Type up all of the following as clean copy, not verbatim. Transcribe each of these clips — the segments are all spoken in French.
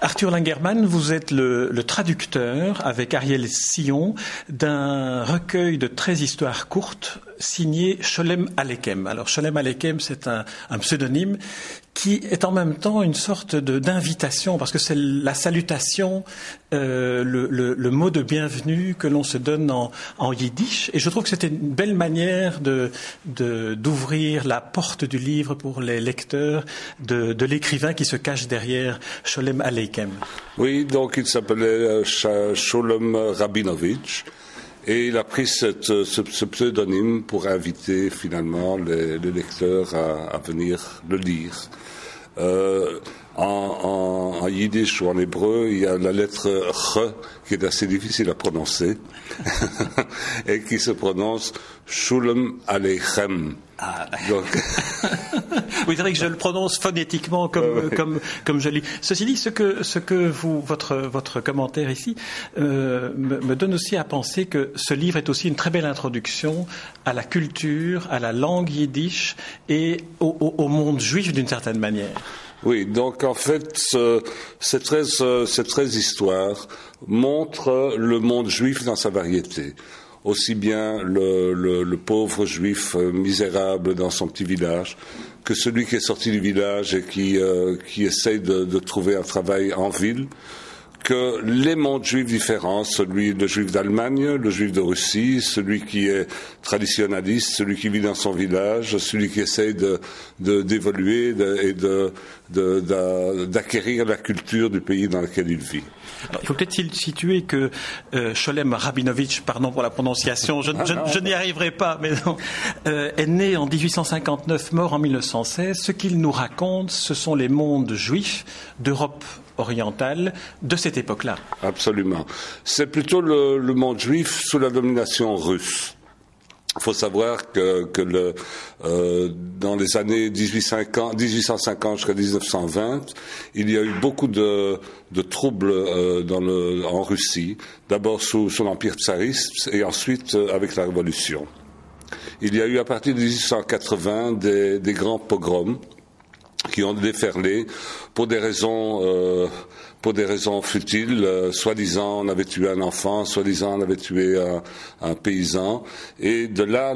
Arthur Langermann, vous êtes le traducteur, avec Ariel Sillon, d'un recueil de 13 histoires courtes signé Sholem Aleichem. Alors Sholem Aleichem, c'est un pseudonyme qui est en même temps une sorte d'invitation, parce que c'est la salutation, le mot de bienvenue que l'on se donne en yiddish. Et je trouve que c'était une belle manière d'ouvrir la porte du livre pour les lecteurs de l'écrivain qui se cache derrière Sholem Aleichem. Oui, donc il s'appelait Sholem Rabinovitch. Et il a pris ce pseudonyme pour inviter finalement les lecteurs à venir le lire. En yiddish ou en hébreu, il y a la lettre Ch qui est assez difficile à prononcer et qui se prononce Sholem Aleichem. Ah. Donc... oui, c'est vrai que je le prononce phonétiquement comme je lis. Ceci dit, ce que votre commentaire ici me donne aussi à penser que ce livre est aussi une très belle introduction à la culture, à la langue yiddish et au monde juif d'une certaine manière. Oui, donc en fait, ces 13 histoires montrent le monde juif dans sa variété. Aussi bien le pauvre juif misérable dans son petit village que celui qui est sorti du village et qui essaye de trouver un travail en ville, que les mondes juifs différents, le juif d'Allemagne, le juif de Russie, celui qui est traditionnaliste, celui qui vit dans son village, celui qui essaye d'évoluer et d'acquérir la culture du pays dans lequel il vit. Alors, il faut peut-être situer que Sholem Rabinovitch, pardon pour la prononciation, je n'y arriverai pas, mais non, est né en 1859, mort en 1916. Ce qu'il nous raconte, ce sont les mondes juifs d'Europe orientale de cette époque-là. Absolument. C'est plutôt le monde juif sous la domination russe. Il faut savoir que dans les années 1850 jusqu'à 1920, il y a eu beaucoup de troubles en Russie, d'abord sous l'empire tsariste et ensuite avec la Révolution. Il y a eu à partir de 1880 des grands pogroms qui ont déferlé pour des raisons futiles, soi-disant on avait tué un enfant, soi-disant on avait tué un paysan, et de là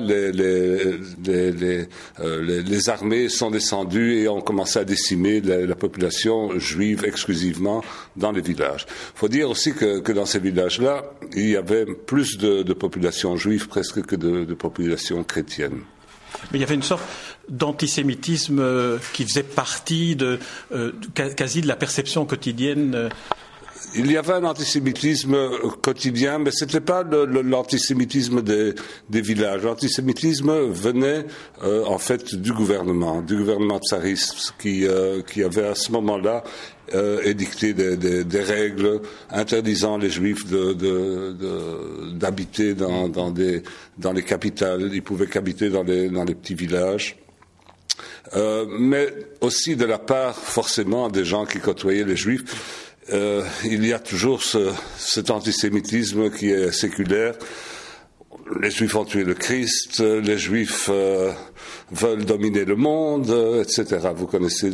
les armées sont descendues et ont commencé à décimer la population juive exclusivement dans les villages. Il faut dire aussi que dans ces villages-là, il y avait plus de population juive presque que de population chrétienne. Mais il y avait une sorte d'antisémitisme qui faisait partie quasi de la perception quotidienne. Il y avait un antisémitisme quotidien, mais ce n'était pas l'antisémitisme des villages. L'antisémitisme venait en fait du gouvernement tsariste qui avait à ce moment-là édicté des règles interdisant les juifs d'habiter dans les capitales. Ils pouvaient qu'habiter dans les petits villages. Mais aussi de la part forcément des gens qui côtoyaient les juifs. Il y a toujours cet antisémitisme qui est séculaire. Les Juifs ont tué le Christ, les Juifs veulent dominer le monde, etc. Vous connaissez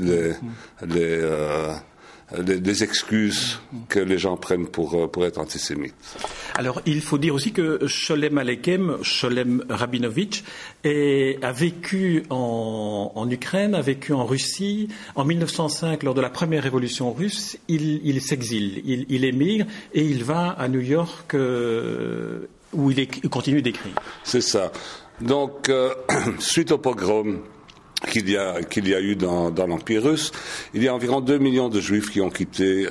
les excuses que les gens prennent pour être antisémites. Alors, il faut dire aussi que Sholem Aleichem, Sholem Rabinovitch, a vécu en Ukraine, a vécu en Russie. En 1905, lors de la première révolution russe, il s'exile, il émigre et il va à New York où il continue d'écrire. C'est ça. Donc, suite au pogrom qu'il y a eu dans l'Empire russe, il y a environ 2 millions de Juifs qui ont quitté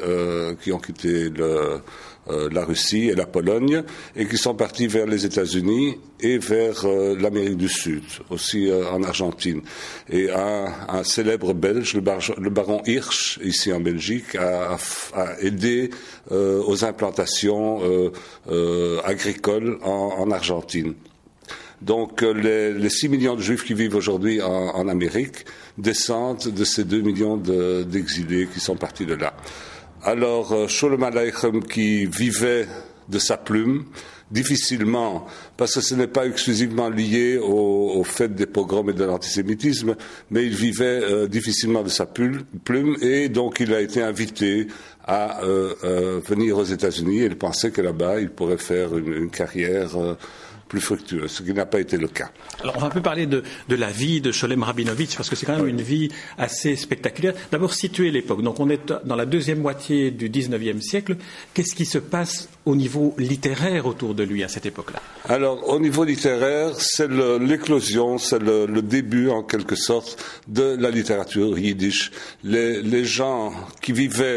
la Russie et la Pologne et qui sont partis vers les États-Unis et vers l'Amérique du Sud, aussi en Argentine. Et un célèbre Belge, le baron Hirsch, ici en Belgique, a aidé aux implantations agricoles en Argentine. Donc les 6 millions de Juifs qui vivent aujourd'hui en Amérique descendent de ces 2 millions d'exilés qui sont partis de là. Alors Sholem Aleichem, qui vivait de sa plume, difficilement, parce que ce n'est pas exclusivement lié au fait des pogroms et de l'antisémitisme, mais il vivait difficilement de sa plume, et donc il a été invité à venir aux États-Unis, et il pensait que là-bas il pourrait faire une carrière plus fructueuse, ce qui n'a pas été le cas. Alors on va un peu parler de la vie de Sholem Rabinovitch, parce que c'est quand même une vie assez spectaculaire. D'abord, situer l'époque. Donc on est dans la deuxième moitié du XIXe siècle. Qu'est-ce qui se passe au niveau littéraire autour de lui à cette époque-là? Alors, au niveau littéraire, c'est l'éclosion, c'est le début, en quelque sorte, de la littérature yiddish. Les gens qui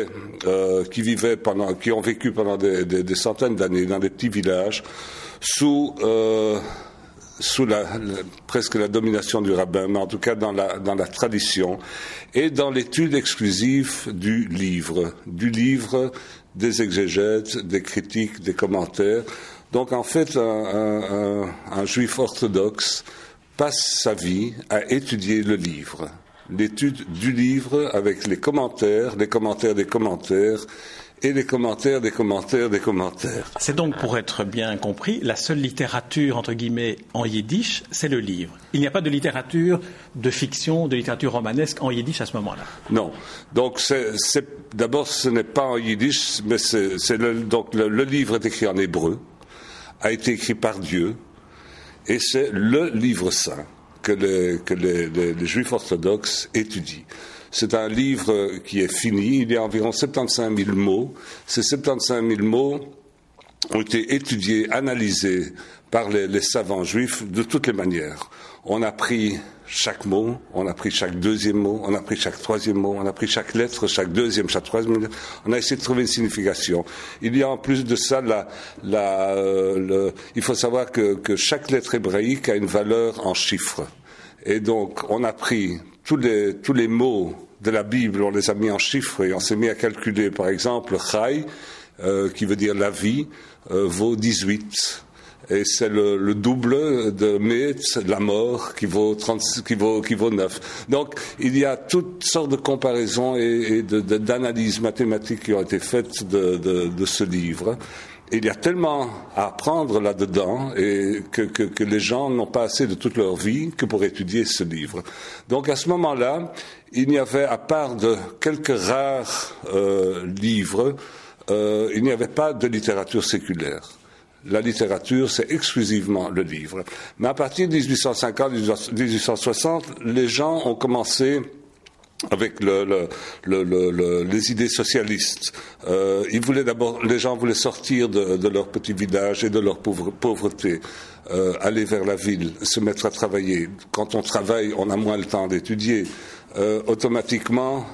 ont vécu pendant des centaines d'années dans des petits villages, sous presque la domination du rabbin, mais en tout cas dans la tradition et dans l'étude exclusive du livre, des exégètes, des critiques, des commentaires. Donc en fait, un juif orthodoxe passe sa vie à étudier le livre, l'étude du livre avec les commentaires des commentaires, et les commentaires des commentaires des commentaires. C'est donc, pour être bien compris, la seule littérature, entre guillemets, en yiddish, c'est le livre. Il n'y a pas de littérature de fiction, de littérature romanesque en yiddish à ce moment-là. Non. Donc, d'abord, ce n'est pas en yiddish, mais le livre est écrit en hébreu, a été écrit par Dieu, et c'est le livre saint que les juifs orthodoxes étudient. C'est un livre qui est fini, il y a environ 75 000 mots. Ces 75 000 mots ont été étudiés, analysés par les savants juifs de toutes les manières. On a pris chaque mot, on a pris chaque deuxième mot, on a pris chaque troisième mot, on a pris chaque lettre, chaque deuxième, chaque troisième. On a essayé de trouver une signification. Il y a en plus de ça, il faut savoir que chaque lettre hébraïque a une valeur en chiffres. Et donc, on a pris tous les mots de la Bible, on les a mis en chiffres et on s'est mis à calculer. Par exemple, Chai, qui veut dire la vie, vaut 18. Et c'est le double de Met, la mort, qui vaut 9. Donc, il y a toutes sortes de comparaisons et d'analyses mathématiques qui ont été faites de ce livre. Il y a tellement à apprendre là-dedans et que les gens n'ont pas assez de toute leur vie que pour étudier ce livre. Donc à ce moment-là, il n'y avait, à part de quelques rares livres, il n'y avait pas de littérature séculaire. La littérature, c'est exclusivement le livre. Mais à partir de 1850-1860, les gens ont commencé avec les idées socialistes. Les gens voulaient sortir de leur petit village et de leur pauvreté, aller vers la ville, se mettre à travailler. Quand on travaille, on a moins le temps d'étudier. Automatiquement,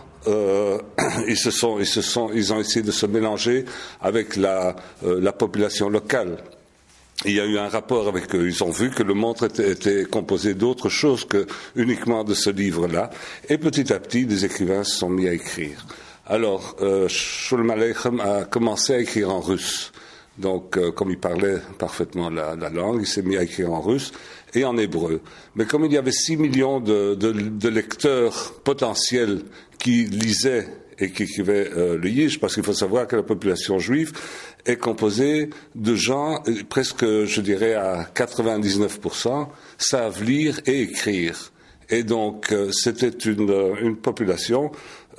ils ont essayé de se mélanger avec la population locale. Il y a eu un rapport avec eux. Ils ont vu que le monde était composé d'autre chose que uniquement de ce livre-là. Et petit à petit, des écrivains se sont mis à écrire. Alors, Sholem Aleichem a commencé à écrire en russe. Donc, comme il parlait parfaitement la langue, il s'est mis à écrire en russe et en hébreu. Mais comme il y avait 6 millions de lecteurs potentiels qui lisaient et qui écrivaient le yiddish, parce qu'il faut savoir que la population juive est composée de gens, presque, je dirais, à 99%, savent lire et écrire. Et donc, c'était une population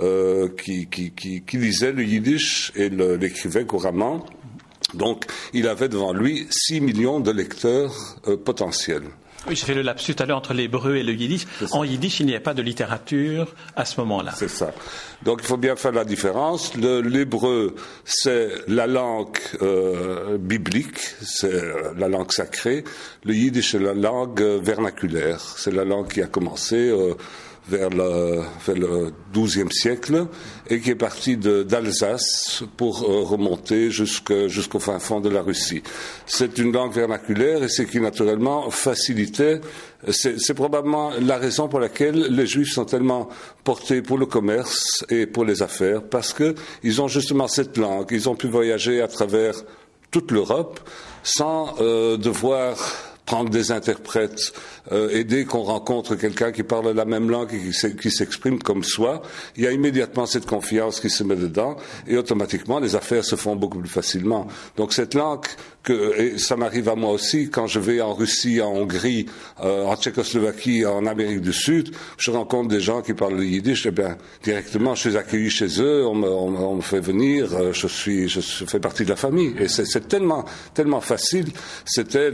qui lisait le yiddish et l'écrivait couramment. Donc, il avait devant lui 6 millions de lecteurs potentiels. Oui, j'ai fait le lapsus tout à l'heure entre l'hébreu et le yiddish. En yiddish, il n'y a pas de littérature à ce moment-là. C'est ça. Donc, il faut bien faire la différence. L'hébreu, c'est la langue biblique, c'est la langue sacrée. Le yiddish, c'est la langue vernaculaire. C'est la langue qui a commencé vers le XIIe siècle et qui est partie d'Alsace pour remonter jusqu'au fin fond de la Russie. C'est une langue vernaculaire et c'est qui naturellement facilitait, c'est probablement la raison pour laquelle les Juifs sont tellement portés pour le commerce et pour les affaires, parce que ils ont justement cette langue, ils ont pu voyager à travers toute l'Europe sans devoir prendre des interprètes, et dès qu'on rencontre quelqu'un qui parle la même langue et qui s'exprime comme soi, il y a immédiatement cette confiance qui se met dedans et automatiquement les affaires se font beaucoup plus facilement. Donc cette langue, et ça m'arrive à moi aussi quand je vais en Russie, en Hongrie, en Tchécoslovaquie, en Amérique du Sud, je rencontre des gens qui parlent le yiddish, et bien directement je suis accueilli chez eux, on me fait venir, je fais partie de la famille et c'est tellement facile. C'était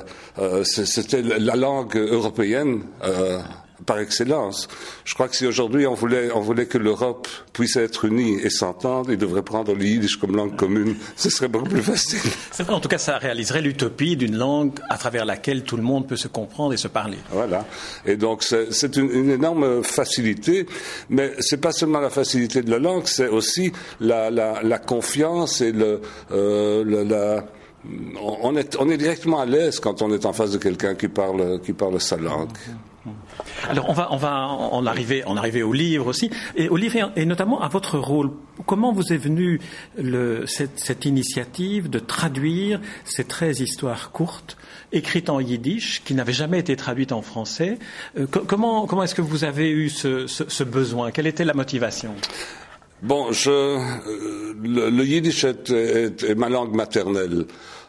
la langue européenne par excellence. Je crois que si aujourd'hui on voulait que l'Europe puisse être unie et s'entendre, il devrait prendre le yiddish comme langue commune. Ce serait beaucoup plus facile. C'est vrai, en tout cas, ça réaliserait l'utopie d'une langue à travers laquelle tout le monde peut se comprendre et se parler. Voilà. Et donc c'est une énorme facilité, mais c'est pas seulement la facilité de la langue, c'est aussi la confiance et on est directement à l'aise quand on est en face de quelqu'un qui parle sa langue. Alors on va en arriver au livre aussi, et au livre et notamment à votre rôle. Comment vous est venue cette initiative de traduire ces 13 histoires courtes écrites en yiddish qui n'avaient jamais été traduites en français? Comment est-ce que vous avez eu ce besoin? Quelle était la motivation? Bon, le yiddish est ma langue maternelle.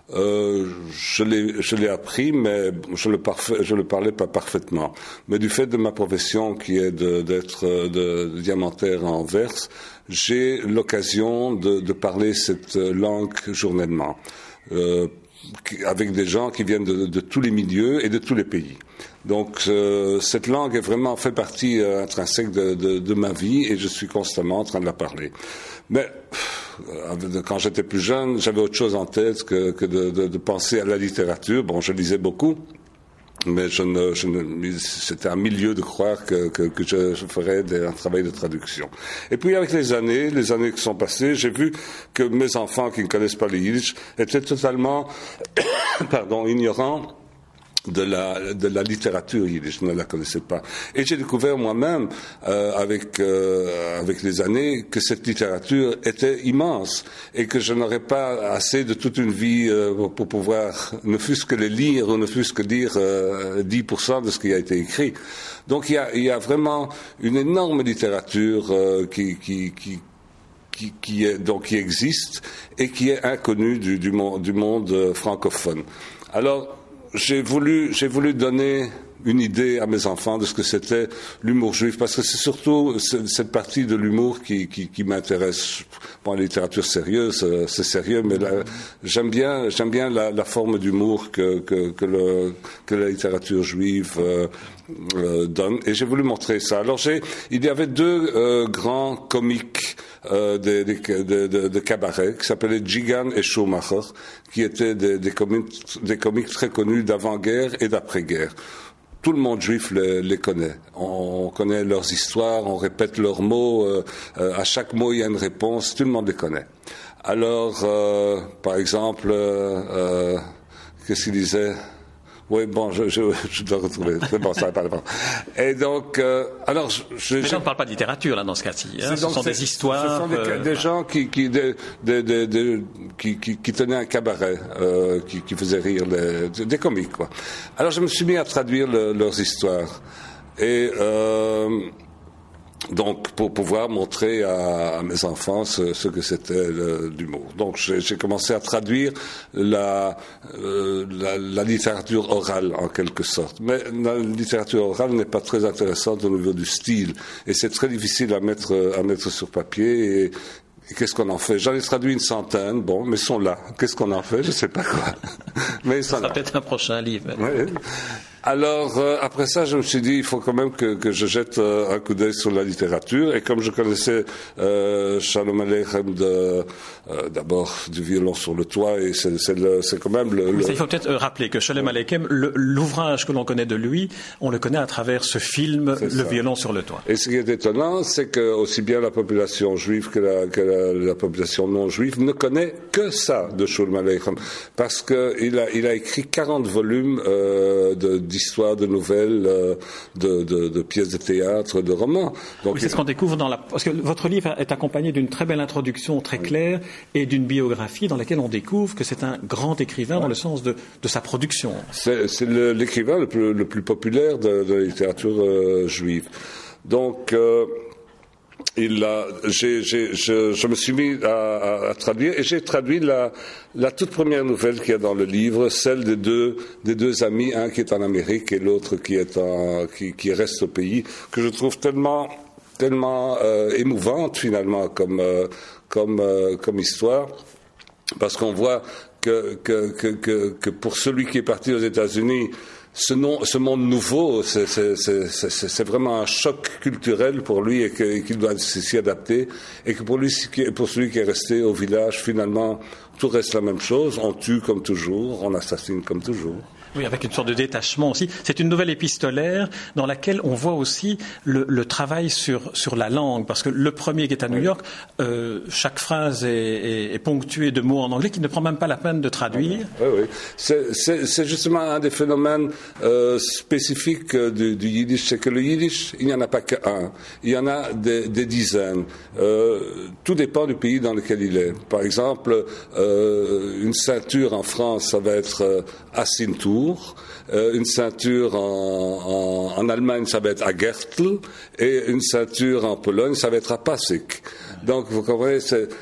Je l'ai appris, mais je le parlais pas parfaitement. Mais du fait de ma profession qui est d'être diamantaire en Anvers, j'ai l'occasion de parler cette langue journellement, avec des gens qui viennent de tous les milieux et de tous les pays. Donc cette langue est vraiment fait partie intrinsèque de ma vie et je suis constamment en train de la parler. Mais quand j'étais plus jeune, j'avais autre chose en tête que de penser à la littérature. Bon, je lisais beaucoup, mais c'était un milieu de croire que je ferais un travail de traduction. Et puis avec les années qui sont passées, j'ai vu que mes enfants qui ne connaissent pas le yiddish étaient totalement ignorants de la littérature yiddish, je ne la connaissais pas. Et j'ai découvert moi-même, avec les années, que cette littérature était immense et que je n'aurais pas assez de toute une vie pour pouvoir ne fût-ce que les lire ou ne fût-ce que lire 10% de ce qui a été écrit. Donc il y a vraiment une énorme littérature qui existe et qui est inconnue du monde francophone. Alors j'ai voulu donner une idée à mes enfants de ce que c'était l'humour juif, parce que c'est surtout cette partie de l'humour qui m'intéresse. Bon, la littérature sérieuse, c'est sérieux, mais j'aime bien la forme d'humour que la littérature juive donne, et j'ai voulu montrer ça. Alors il y avait deux grands comiques de cabaret qui s'appelaient Jigan et Schumacher, qui étaient des comiques très connus d'avant-guerre et d'après-guerre. Tout le monde juif les connaît. On connaît leurs histoires, on répète leurs mots. À chaque mot, il y a une réponse. Tout le monde les connaît. Alors, par exemple, qu'est-ce qu'il disait? Oui, bon, je dois retrouver. C'est bon, ça va pas le voir. Et donc, alors, mais là, on ne parle pas de littérature, là, dans ce cas-ci. Hein. Ce sont des histoires. Ce sont des gens qui tenaient un cabaret, qui faisaient rire des comiques, quoi. Alors, je me suis mis à traduire leurs histoires. Et, donc, pour pouvoir montrer à mes enfants ce que c'était l'humour. Donc, j'ai commencé à traduire la littérature orale, en quelque sorte. Mais la littérature orale n'est pas très intéressante au niveau du style. Et c'est très difficile à mettre sur papier. Et qu'est-ce qu'on en fait? J'en ai traduit une centaine, bon, mais ils sont là. Qu'est-ce qu'on en fait? Je sais pas quoi. Mais ça sera peut-être un prochain livre. Ouais. Alors, après ça, je me suis dit, il faut quand même que je jette un coup d'œil sur la littérature. Et comme je connaissais Shalom Aleichem d'abord du violon sur le toit, et c'est quand même Mais ça, il faut peut-être rappeler que Shalom Aleichem, l'ouvrage que l'on connaît de lui, on le connaît à travers ce film, Le violon sur le toit. Et ce qui est étonnant, c'est que aussi bien la population juive que la population non juive ne connaît que ça de Shalom Aleichem, parce que il a écrit 40 volumes d'histoires, de nouvelles, de pièces de théâtre, de romans. Donc, oui, c'est ce qu'on découvre parce que votre livre est accompagné d'une très belle introduction très claire et d'une biographie dans laquelle on découvre que c'est un grand écrivain dans le sens de sa production. C'est l'écrivain le plus populaire de la littérature juive. Donc, je me suis mis à traduire et j'ai traduit la toute première nouvelle qu'il y a dans le livre, celle des deux amis, un qui est en Amérique et l'autre qui reste au pays, que je trouve tellement émouvante finalement comme histoire, parce qu'on voit que pour celui qui est parti aux États-Unis, ce monde nouveau, c'est vraiment un choc culturel pour lui et qu'il doit s'y adapter. Et que pour celui qui est resté au village, finalement, tout reste la même chose. On tue comme toujours, on assassine comme toujours. Oui, avec une sorte de détachement aussi. C'est une nouvelle épistolaire dans laquelle on voit aussi le travail sur la langue. Parce que le premier qui est à New York, chaque phrase est ponctuée de mots en anglais qui ne prend même pas la peine de traduire. Oui. C'est justement un des phénomènes spécifiques du yiddish. C'est que le yiddish, il n'y en a pas qu'un. Il y en a des dizaines. Tout dépend du pays dans lequel il est. Par exemple, une ceinture en France, ça va être Asintur. Une ceinture en Allemagne, ça va être à Gertl, et une ceinture en Pologne, ça va être à Pasik. Donc, vous comprenez,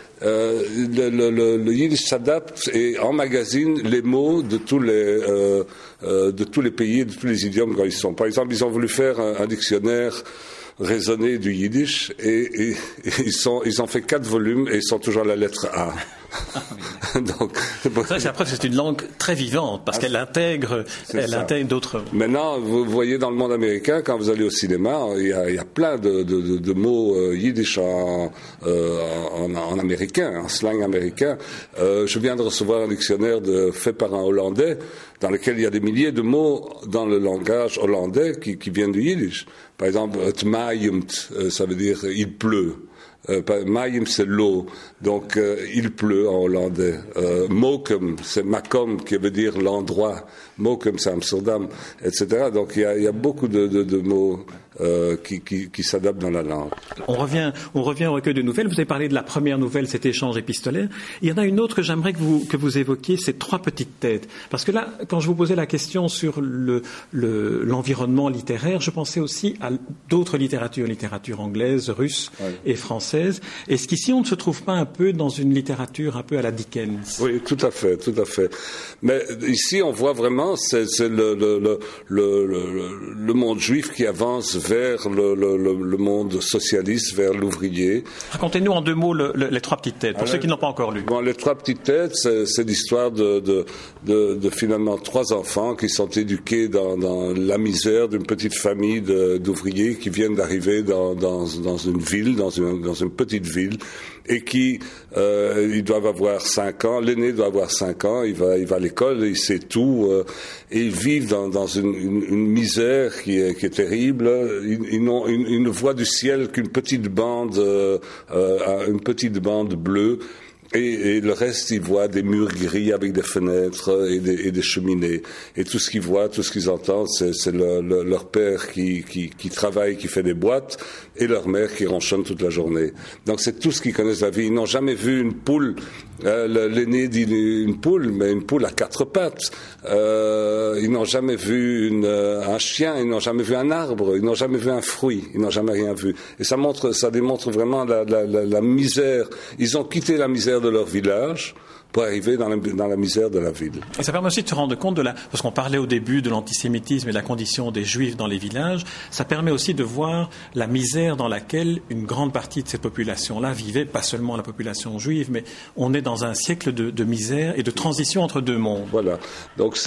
le yiddish s'adapte et emmagasine les mots de tous les pays, de tous les idiomes quand ils sont. Par exemple, ils ont voulu faire un dictionnaire raisonné du yiddish et ils ont fait 4 volumes et ils sont toujours à la lettre A. Donc, après, c'est une langue très vivante parce qu'elle intègre d'autres. Maintenant, vous voyez dans le monde américain, quand vous allez au cinéma, il y a plein de mots yiddish en américain, en slang américain. Je viens de recevoir un dictionnaire fait par un Hollandais dans lequel il y a des milliers de mots dans le langage hollandais qui viennent du yiddish. Par exemple, het maaiemt, ça veut dire il pleut. Mayim, c'est l'eau, donc il pleut en hollandais. Mokum, c'est Makom, qui veut dire l'endroit. Mokum, c'est Amsterdam, etc. Donc il y a beaucoup de mots qui s'adaptent dans la langue. On revient au recueil de nouvelles. Vous avez parlé de la première nouvelle, cet échange épistolaire. Il y en a une autre que j'aimerais que vous évoquiez, c'est 3 petites têtes. Parce que là, quand je vous posais la question sur l'environnement littéraire, je pensais aussi à d'autres littératures anglaises, russes et françaises. Est-ce qu'ici, on ne se trouve pas un peu dans une littérature un peu à la Dickens? Oui, tout à fait. Mais ici, on voit vraiment, c'est le monde juif qui avance vers le monde socialiste, vers l'ouvrier. Racontez-nous en 2 mots les 3 petites têtes, pour ceux qui n'ont pas encore lu. Bon, les 3 petites têtes, c'est l'histoire de finalement 3 enfants qui sont éduqués dans la misère d'une petite famille d'ouvriers qui viennent d'arriver dans une ville, dans une petite ville, et qui ils doivent avoir 5 ans. L'aîné doit avoir 5 ans. Il va à l'école, il sait tout, et ils vivent dans une misère qui est terrible. Ils ne voient du ciel qu'une petite bande bleue. Et le reste, ils voient des murs gris avec des fenêtres et des cheminées. Et tout ce qu'ils voient, tout ce qu'ils entendent, c'est leur père qui travaille, qui fait des boîtes, et leur mère qui ronchonne toute la journée. Donc c'est tout ce qu'ils connaissent de la vie. Ils n'ont jamais vu une poule. L'aîné dit une poule, mais une poule à 4 pattes. Ils n'ont jamais vu un chien, ils n'ont jamais vu un arbre, ils n'ont jamais vu un fruit, ils n'ont jamais rien vu. Et ça démontre vraiment la misère. Ils ont quitté la misère de leur village pour arriver dans la misère de la ville. Et ça permet aussi de se rendre compte parce qu'on parlait au début de l'antisémitisme et de la condition des Juifs dans les villages, ça permet aussi de voir la misère dans laquelle une grande partie de cette population-là vivait, pas seulement la population juive, mais on est dans un siècle de misère et de transition entre 2 mondes. Voilà. Donc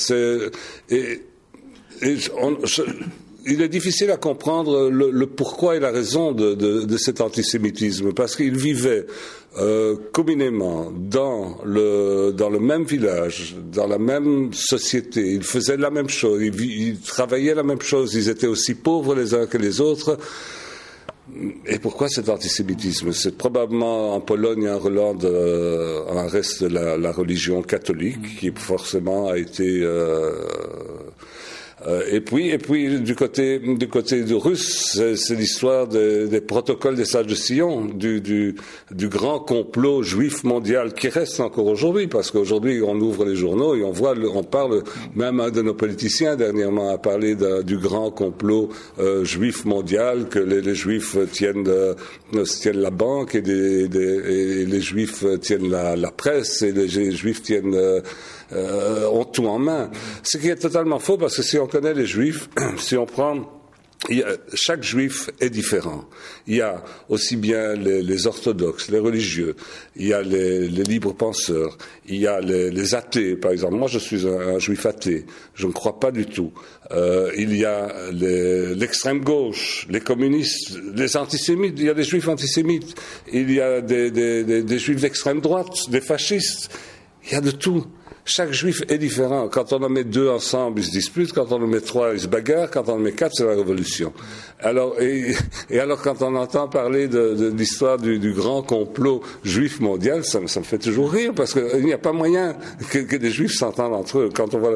il est difficile à comprendre le pourquoi et la raison de cet antisémitisme, parce qu'ils vivaient communément dans le même village, dans la même société. Ils faisaient la même chose, ils travaillaient la même chose, ils étaient aussi pauvres les uns que les autres. Et pourquoi cet antisémitisme? C'est probablement en Pologne et en Hollande un reste de la religion catholique qui forcément a été Et puis du côté du russe, c'est l'histoire des protocoles des sages de Sion, du grand complot juif mondial qui reste encore aujourd'hui, parce qu'aujourd'hui on ouvre les journaux et on parle, même un de nos politiciens dernièrement a parlé du grand complot juif mondial, que les juifs tiennent la banque et les juifs tiennent la presse et les juifs ont tout en main. Ce qui est totalement faux, parce que si on connaît les juifs, si on prend... chaque juif est différent. Il y a aussi bien les orthodoxes, les religieux, il y a les libres penseurs, il y a les athées, par exemple. Moi, je suis un juif athée. Je ne crois pas du tout. Il y a l'extrême gauche, les communistes, les antisémites. Il y a des juifs antisémites. Il y a des juifs d'extrême droite, des fascistes. Il y a de tout. Chaque juif est différent. Quand on en met 2 ensemble, ils se disputent. Quand on en met 3, ils se bagarrent. Quand on en met 4, c'est la révolution. Alors, et alors, quand on entend parler de l'histoire du grand complot juif mondial, ça me fait toujours rire, parce qu'il n'y a pas moyen que des juifs s'entendent entre eux. Quand on voit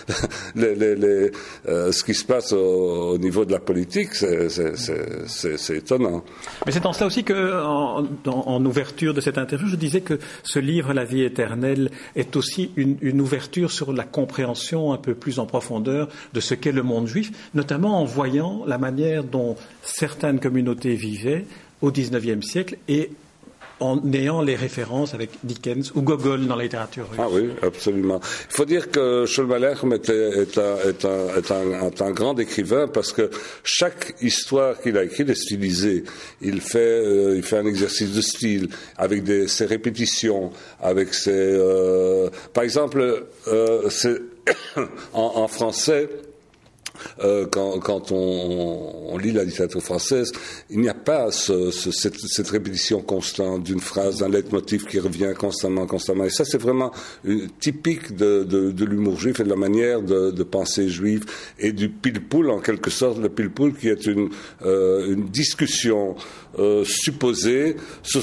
ce qui se passe au niveau de la politique, c'est étonnant. Mais c'est en cela aussi que, en ouverture de cette interview, je disais que ce livre, La vie éternelle, est aussi une ouverture sur la compréhension un peu plus en profondeur de ce qu'est le monde juif, notamment en voyant la manière dont certaines communautés vivaient au XIXe siècle et en ayant les références avec Dickens ou Gogol dans la littérature russe. Ah oui, absolument. Il faut dire que Sholem Aleichem est un grand écrivain, parce que chaque histoire qu'il a écrite est stylisée. Il fait un exercice de style avec ses répétitions, avec par exemple, en français. Quand on lit la littérature française, il n'y a pas cette répétition constante d'une phrase, d'un leitmotiv qui revient constamment. Et ça, c'est vraiment typique de l'humour juif et de la manière de penser juive et du pilpoul, en quelque sorte, le pilpoul qui est une discussion supposée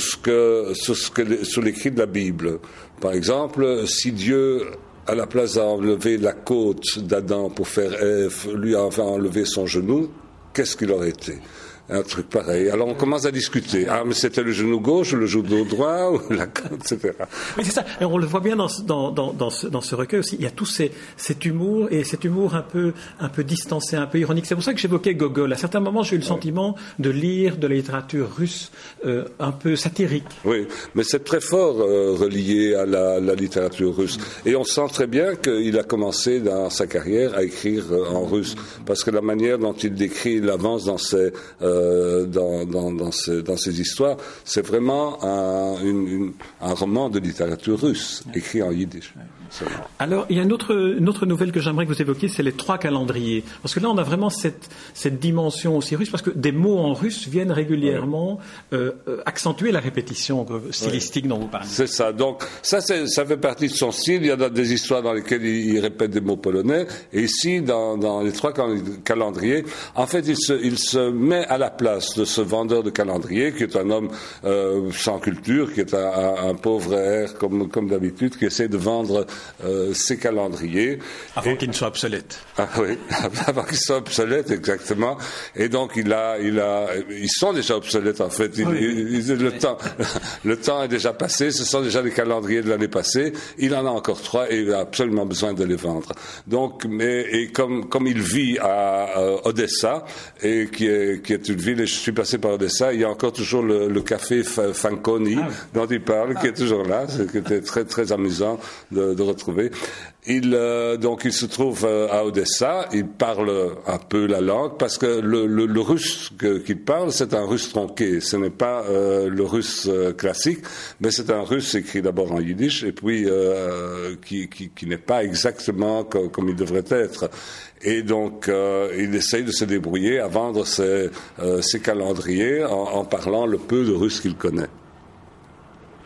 sur l'écrit de la Bible. Par exemple, si Dieu, à la place d'enlever la côte d'Adam pour faire Ève, lui a enlevé son genou, qu'est-ce qu'il aurait été? Un truc pareil. Alors on commence à discuter. Ah, mais c'était le genou gauche ou le genou droit ou la côte, etc. Oui, c'est ça. Et on le voit bien dans ce recueil aussi. Il y a tout cet humour, et cet humour un peu distancé, un peu ironique. C'est pour ça que j'évoquais Gogol. À certains moments, j'ai eu le sentiment de lire de la littérature russe un peu satirique. Oui, mais c'est très fort relié à la littérature russe. Et on sent très bien qu'il a commencé dans sa carrière à écrire en russe, parce que la manière dont il décrit, il avance dans ses histoires, c'est vraiment un roman de littérature russe, écrit en yiddish. Alors, il y a une autre nouvelle que j'aimerais que vous évoquiez, c'est les 3 calendriers. Parce que là, on a vraiment cette dimension aussi russe, parce que des mots en russe viennent régulièrement accentuer la répétition stylistique dont vous parlez. C'est ça. Donc, ça fait partie de son style. Il y a des histoires dans lesquelles il répète des mots polonais. Et ici, dans les 3 calendriers, en fait, il se met à la place de ce vendeur de calendriers, qui est un homme sans culture, qui est un pauvre air comme d'habitude, qui essaie de vendre ces calendriers. Avant qu'ils ne soient obsolètes. Ah oui, avant qu'ils soient obsolètes, exactement. Et donc, ils sont déjà obsolètes, en fait. Le temps est déjà passé. Ce sont déjà les calendriers de l'année passée. Il en a encore 3 et il a absolument besoin de les vendre. Donc, comme il vit à Odessa, et qui est une ville, et je suis passé par Odessa, il y a encore toujours le café Fanconi, dont il parle, qui est toujours là, qui était très, très amusant de retrouver. Donc il se trouve à Odessa, il parle un peu la langue, parce que le russe qu'il parle, c'est un russe tronqué, ce n'est pas le russe classique, mais c'est un russe écrit d'abord en yiddish, et puis qui n'est pas exactement comme il devrait être. Et donc il essaye de se débrouiller à vendre ses calendriers en parlant le peu de russe qu'il connaît.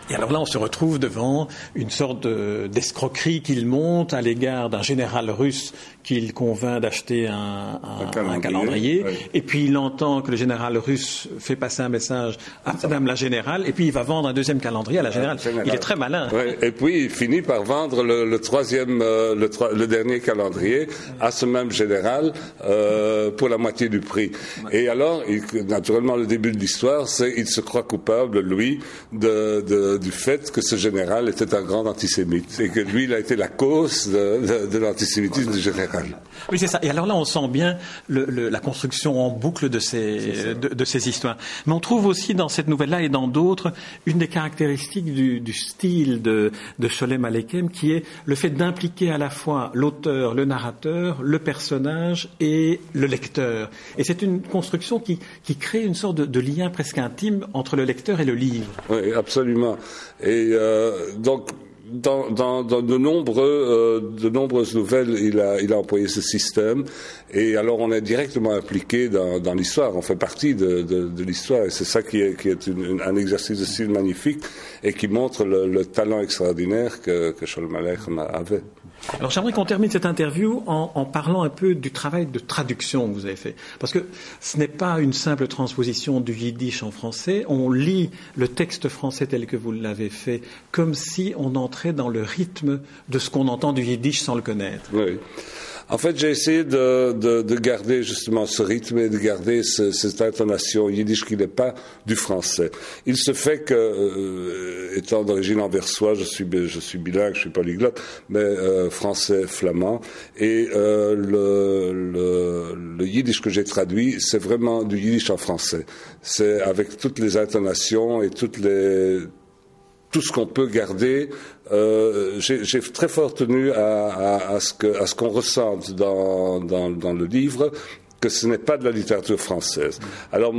Et alors là, on se retrouve devant une sorte d'escroquerie qu'il monte à l'égard d'un général russe qu'il convainc d'acheter un calendrier. Oui. Et puis il entend que le général russe fait passer un message à Madame la générale, et puis il va vendre un deuxième calendrier à la générale. Il est très malin. Oui. Et puis il finit par vendre le dernier calendrier à ce même général pour la moitié du prix. Et alors, naturellement, le début de l'histoire, c'est il se croit coupable, lui, du fait que ce général était un grand antisémite et que lui, il a été la cause de l'antisémitisme du général. Oui, c'est ça. Et alors là, on sent bien la construction en boucle de ces histoires. Mais on trouve aussi dans cette nouvelle-là et dans d'autres une des caractéristiques du style de Sholem Aleichem, qui est le fait d'impliquer à la fois l'auteur, le narrateur, le personnage et le lecteur. Et c'est une construction qui crée une sorte de lien presque intime entre le lecteur et le livre. Oui, absolument. Et donc, dans de nombreuses nouvelles, il a employé ce système, et alors on est directement impliqué dans l'histoire, on fait partie de l'histoire, et c'est ça qui est un exercice de style magnifique et qui montre le talent extraordinaire que Sholem Aleichem avait. Alors j'aimerais qu'on termine cette interview en parlant un peu du travail de traduction que vous avez fait. Parce que ce n'est pas une simple transposition du yiddish en français. On lit le texte français tel que vous l'avez fait comme si on entrait dans le rythme de ce qu'on entend du yiddish sans le connaître. Oui. En fait, j'ai essayé de garder justement ce rythme et de garder cette intonation yiddish qui n'est pas du français. Il se fait que, étant d'origine anversoise, je suis bilingue, je suis polyglotte, mais français, flamand, et le yiddish que j'ai traduit, c'est vraiment du yiddish en français. C'est avec toutes les intonations et tout ce qu'on peut garder. J'ai très fort tenu à ce qu'on ressente dans le livre, que ce n'est pas de la littérature française. Alors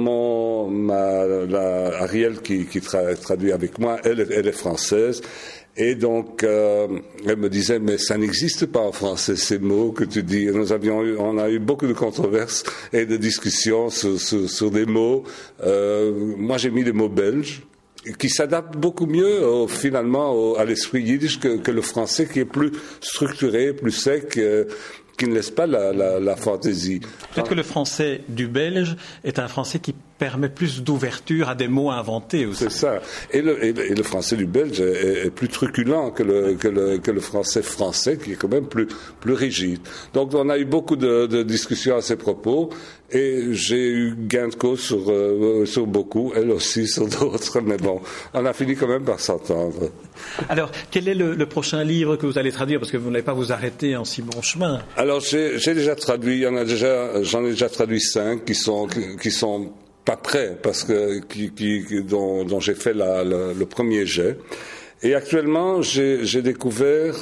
Ariel qui traduit avec moi, elle est française. Et donc, elle me disait, mais ça n'existe pas en français, ces mots que tu dis. On a eu beaucoup de controverses et de discussions sur des mots. Moi, j'ai mis des mots belges, qui s'adapte beaucoup mieux finalement à l'esprit yiddish que le français, qui est plus structuré, plus sec, qui ne laisse pas la fantaisie. Peut-être que le français du belge est un français qui permet plus d'ouverture à des mots inventés aussi. C'est ça. Et le français du belge est plus truculent que le français, qui est quand même plus rigide. Donc on a eu beaucoup de discussions à ces propos, et j'ai eu gain de cause sur beaucoup, elle aussi sur d'autres, mais bon, on a fini quand même par s'entendre. Alors, quel est le prochain livre que vous allez traduire, parce que vous n'allez pas vous arrêter en si bon chemin? Alors j'ai déjà traduit, j'en ai déjà traduit 5 qui sont pas prêts, parce que dont j'ai fait le premier jet. Et actuellement, j'ai découvert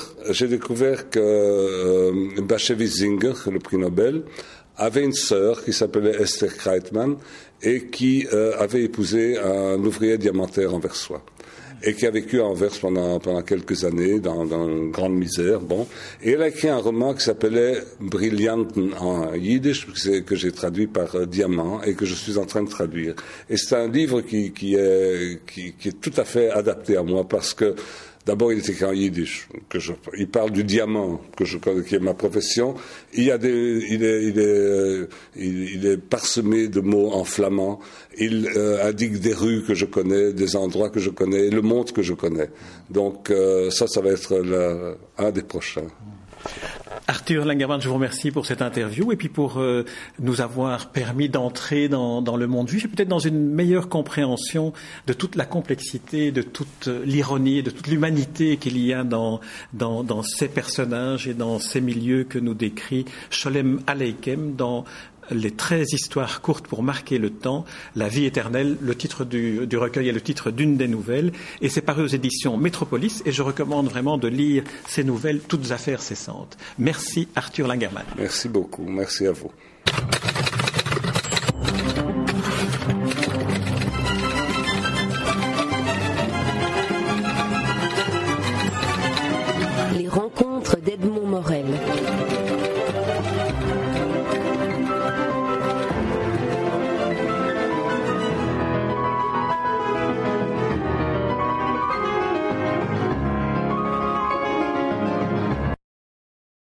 que Bashevis Singer, le prix Nobel, avait une sœur qui s'appelait Esther Kreitman et qui avait épousé un ouvrier diamantaire anversois, et qui a vécu à Anvers pendant quelques années dans une grande misère. Bon, et elle a écrit un roman qui s'appelait Brillanten en yiddish, que j'ai traduit par Diamant, et que je suis en train de traduire. Et c'est un livre qui est tout à fait adapté à moi, parce que d'abord, il est écrit en yiddish. Il parle du diamant, qui est ma profession. Il est parsemé de mots en flamand. Il indique des rues que je connais, des endroits que je connais, le monde que je connais. Donc, ça va être un des prochains. Arthur Langerman, je vous remercie pour cette interview et puis pour nous avoir permis d'entrer dans le monde juif et peut-être dans une meilleure compréhension de toute la complexité, de toute l'ironie, de toute l'humanité qu'il y a dans ces personnages et dans ces milieux que nous décrit Sholem Aleichem dans les 13 histoires courtes pour marquer le temps, La vie éternelle, le titre du recueil est le titre d'une des nouvelles, et c'est paru aux éditions Métropolis, et je recommande vraiment de lire ces nouvelles, toutes affaires cessantes. Merci Arthur Langerman. Merci beaucoup, merci à vous.